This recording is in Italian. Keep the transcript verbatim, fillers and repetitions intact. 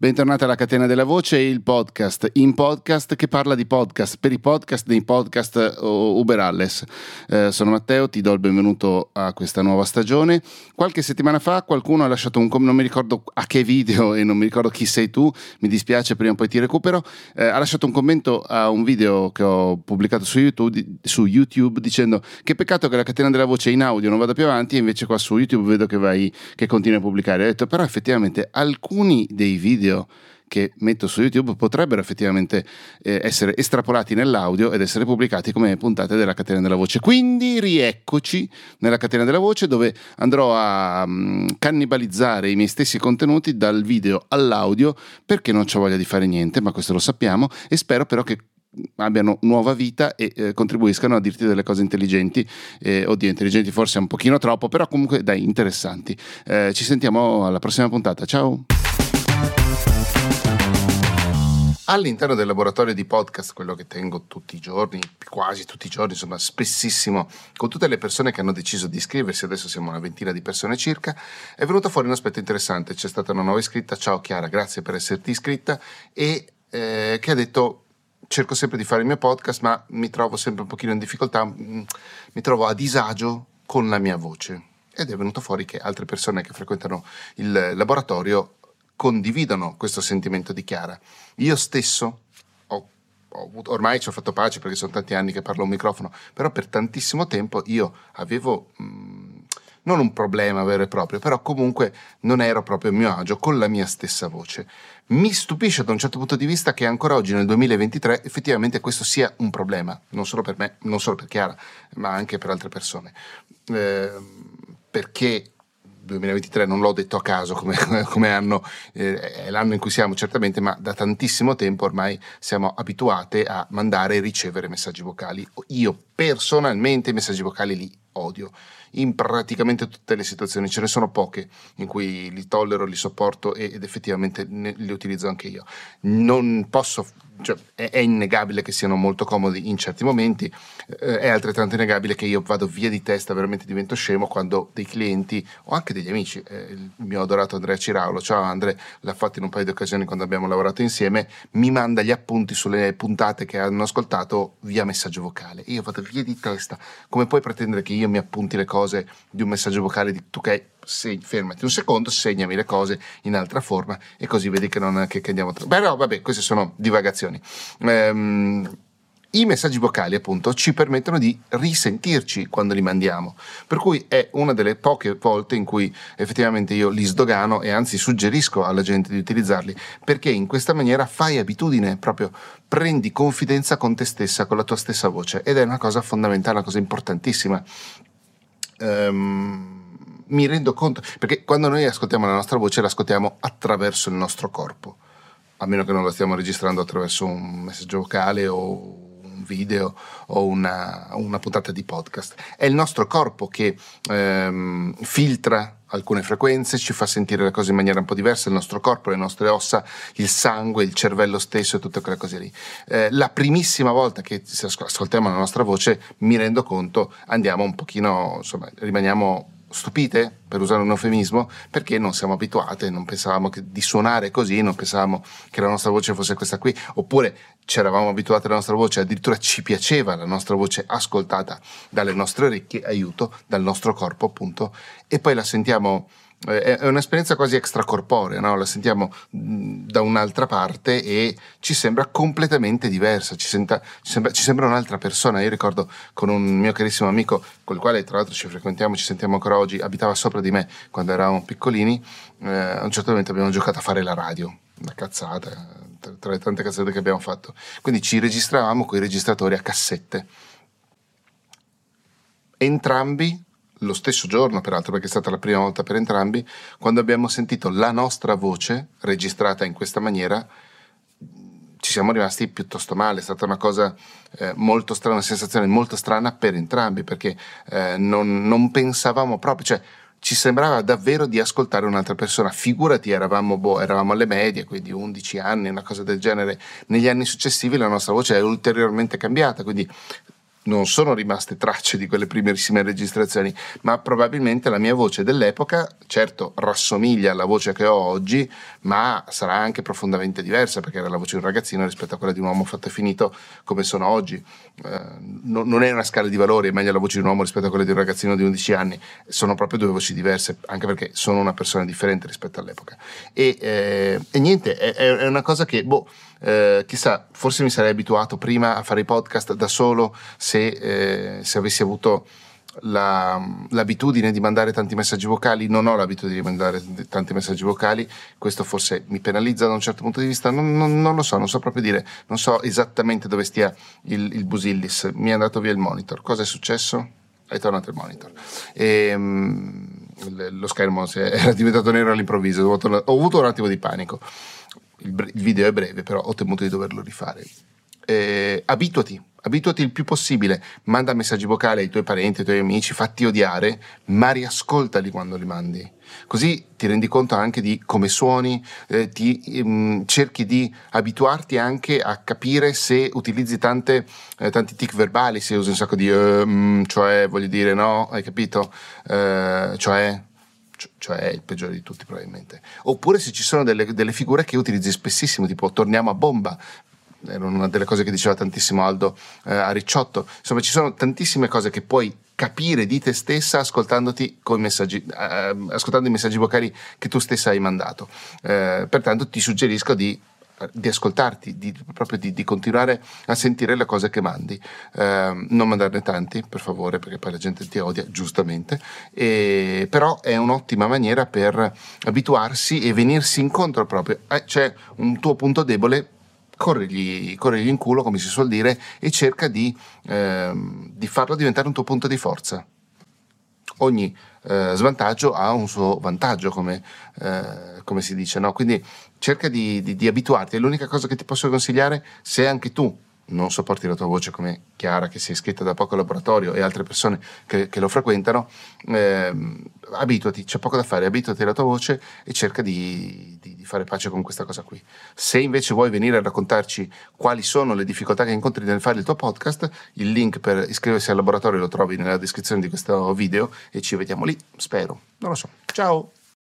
Bentornati alla Catena della Voce, il podcast in podcast che parla di podcast, per i podcast dei podcast Uberalles. Eh, sono Matteo, ti do il benvenuto a questa nuova stagione. Qualche settimana fa qualcuno ha lasciato un commento, non mi ricordo a che video e non mi ricordo chi sei tu, mi dispiace, prima o poi ti recupero, eh, ha lasciato un commento a un video che ho pubblicato su YouTube, su YouTube dicendo che peccato che la Catena della Voce in audio non vada più avanti e invece qua su YouTube vedo che vai, che continui a pubblicare. Ho detto però effettivamente alcuni dei video che metto su YouTube potrebbero effettivamente eh, essere estrapolati nell'audio ed essere pubblicati come puntate della Catena della Voce. Quindi rieccoci nella Catena della Voce, dove andrò a um, cannibalizzare i miei stessi contenuti dal video all'audio, perché non c'ho voglia di fare niente, ma questo lo sappiamo, e spero però che abbiano nuova vita e eh, contribuiscano a dirti delle cose intelligenti, eh, oddio intelligenti forse è un pochino troppo, però comunque dai, interessanti. Eh, ci sentiamo alla prossima puntata, ciao! All'interno del laboratorio di podcast, quello che tengo tutti i giorni, quasi tutti i giorni, insomma spessissimo, con tutte le persone che hanno deciso di iscriversi, adesso siamo una ventina di persone circa, è venuto fuori un aspetto interessante. C'è stata una nuova iscritta, ciao Chiara, grazie per esserti iscritta, e eh, che ha detto: cerco sempre di fare il mio podcast ma mi trovo sempre un pochino in difficoltà, mi trovo a disagio con la mia voce. Ed è venuto fuori che altre persone che frequentano il laboratorio condividono questo sentimento di Chiara. Io stesso ho, ho avuto, ormai ci ho fatto pace perché sono tanti anni che parlo a un microfono, però per tantissimo tempo io avevo mh, non un problema vero e proprio, però comunque non ero proprio a mio agio con la mia stessa voce. Mi stupisce da un certo punto di vista che ancora oggi nel duemilaventitré effettivamente questo sia un problema, non solo per me, non solo per Chiara, ma anche per altre persone. Eh, perché duemilaventitré non l'ho detto a caso come, come anno, eh, è l'anno in cui siamo certamente, ma da tantissimo tempo ormai siamo abituate a mandare e ricevere messaggi vocali. Io personalmente i messaggi vocali li odio in praticamente tutte le situazioni, ce ne sono poche in cui li tollero, li sopporto ed effettivamente ne, li utilizzo anche io. Non posso, cioè, è, è innegabile che siano molto comodi in certi momenti, eh, è altrettanto innegabile che io vado via di testa, veramente divento scemo quando dei clienti o anche degli amici, eh, il mio adorato Andrea Ciraulo, ciao Andre, l'ha fatto in un paio di occasioni quando abbiamo lavorato insieme, mi manda gli appunti sulle puntate che hanno ascoltato via messaggio vocale. Io vado via di testa. Come puoi pretendere che io mi appunti le cose di un messaggio vocale di tu che sei, fermati un secondo, segnami le cose in altra forma e così vedi che non che, che andiamo tra... Beh no, vabbè, queste sono divagazioni. Ehm, i messaggi vocali appunto ci permettono di risentirci quando li mandiamo, per cui è una delle poche volte in cui effettivamente io li sdogano e anzi suggerisco alla gente di utilizzarli, perché in questa maniera fai abitudine, proprio prendi confidenza con te stessa, con la tua stessa voce, ed è una cosa fondamentale, una cosa importantissima. Um, mi rendo conto, perché quando noi ascoltiamo la nostra voce la ascoltiamo attraverso il nostro corpo, a meno che non la stiamo registrando attraverso un messaggio vocale o un video o una, una puntata di podcast. È il nostro corpo che um, filtra alcune frequenze, ci fa sentire le cose in maniera un po' diversa, il nostro corpo, le nostre ossa, il sangue, il cervello stesso e tutte quelle cose lì. Eh, la primissima volta che ascoltiamo la nostra voce, mi rendo conto, andiamo un pochino, insomma, rimaniamo stupite, per usare un eufemismo, perché non siamo abituate, non pensavamo che di suonare così, non pensavamo che la nostra voce fosse questa qui, oppure ci eravamo abituati alla nostra voce, addirittura ci piaceva la nostra voce ascoltata dalle nostre orecchie, aiuto, dal nostro corpo appunto, e poi la sentiamo, eh, è un'esperienza quasi extracorporea, no? La sentiamo mh, da un'altra parte e ci sembra completamente diversa, ci, senta, ci, sembra, ci sembra un'altra persona. Io ricordo con un mio carissimo amico, con il quale tra l'altro ci frequentiamo, ci sentiamo ancora oggi, abitava sopra di me quando eravamo piccolini, eh, a un certo momento abbiamo giocato a fare la radio, una cazzata, tra le tante cazzate che abbiamo fatto, quindi ci registravamo con i registratori a cassette, entrambi lo stesso giorno peraltro, perché è stata la prima volta per entrambi. Quando abbiamo sentito la nostra voce registrata in questa maniera ci siamo rimasti piuttosto male, è stata una cosa eh, molto strana, una sensazione molto strana per entrambi, perché eh, non, non pensavamo proprio, cioè ci sembrava davvero di ascoltare un'altra persona. Figurati, eravamo, boh, eravamo alle medie, quindi undici anni, una cosa del genere. Negli anni successivi la nostra voce è ulteriormente cambiata, quindi non sono rimaste tracce di quelle primissime registrazioni, ma probabilmente la mia voce dell'epoca, certo, rassomiglia alla voce che ho oggi, ma sarà anche profondamente diversa, perché era la voce di un ragazzino rispetto a quella di un uomo fatto e finito come sono oggi. Eh, no, non è una scala di valori, è meglio la voce di un uomo rispetto a quella di un ragazzino di undici anni, sono proprio due voci diverse, anche perché sono una persona differente rispetto all'epoca. E, eh, e niente, è, è una cosa che, boh, Eh, chissà, forse mi sarei abituato prima a fare i podcast da solo se, eh, se avessi avuto la, l'abitudine di mandare tanti messaggi vocali. Non ho l'abitudine di mandare tanti messaggi vocali, questo forse mi penalizza da un certo punto di vista, non, non, non lo so, non so proprio dire, non so esattamente dove stia il, il Busillis. Mi è andato via il monitor, cosa è successo? È tornato il monitor e, um, lo schermo era diventato nero all'improvviso, ho avuto, ho avuto un attimo di panico. Il, bre- il video è breve, però ho temuto di doverlo rifare. Eh, abituati, abituati il più possibile, manda messaggi vocali ai tuoi parenti, ai tuoi amici, fatti odiare, ma riascoltali quando li mandi. Così ti rendi conto anche di come suoni, eh, ti ehm, cerchi di abituarti anche a capire se utilizzi tante, eh, tanti tic verbali, se usi un sacco di eh, mm, cioè, voglio dire, no, hai capito? Eh, cioè... cioè è il peggiore di tutti probabilmente, oppure se ci sono delle, delle figure che utilizzi spessissimo, tipo torniamo a bomba, era una delle cose che diceva tantissimo Aldo eh, a Ricciotto. Insomma, ci sono tantissime cose che puoi capire di te stessa ascoltandoti con i messaggi, eh, ascoltando i messaggi vocali che tu stessa hai mandato. Eh, pertanto ti suggerisco di di ascoltarti, di, proprio di, di continuare a sentire le cose che mandi, eh, non mandarne tanti per favore, perché poi la gente ti odia giustamente, e, però è un'ottima maniera per abituarsi e venirsi incontro proprio. Eh, c'è un tuo punto debole, corrigli, corrigli in culo, come si suol dire, e cerca di, eh, di farlo diventare un tuo punto di forza. Ogni eh, svantaggio ha un suo vantaggio, come, eh, come si dice, no? Quindi cerca di, di, di abituarti. È l'unica cosa che ti posso consigliare, se anche tu non sopporti la tua voce, come Chiara, che si è iscritta da poco al laboratorio, e altre persone che, che lo frequentano, eh, abituati, c'è poco da fare, abituati alla tua voce e cerca di, di, di fare pace con questa cosa qui. Se invece vuoi venire a raccontarci quali sono le difficoltà che incontri nel fare il tuo podcast, il link per iscriversi al laboratorio lo trovi nella descrizione di questo video e ci vediamo lì, spero, non lo so. Ciao!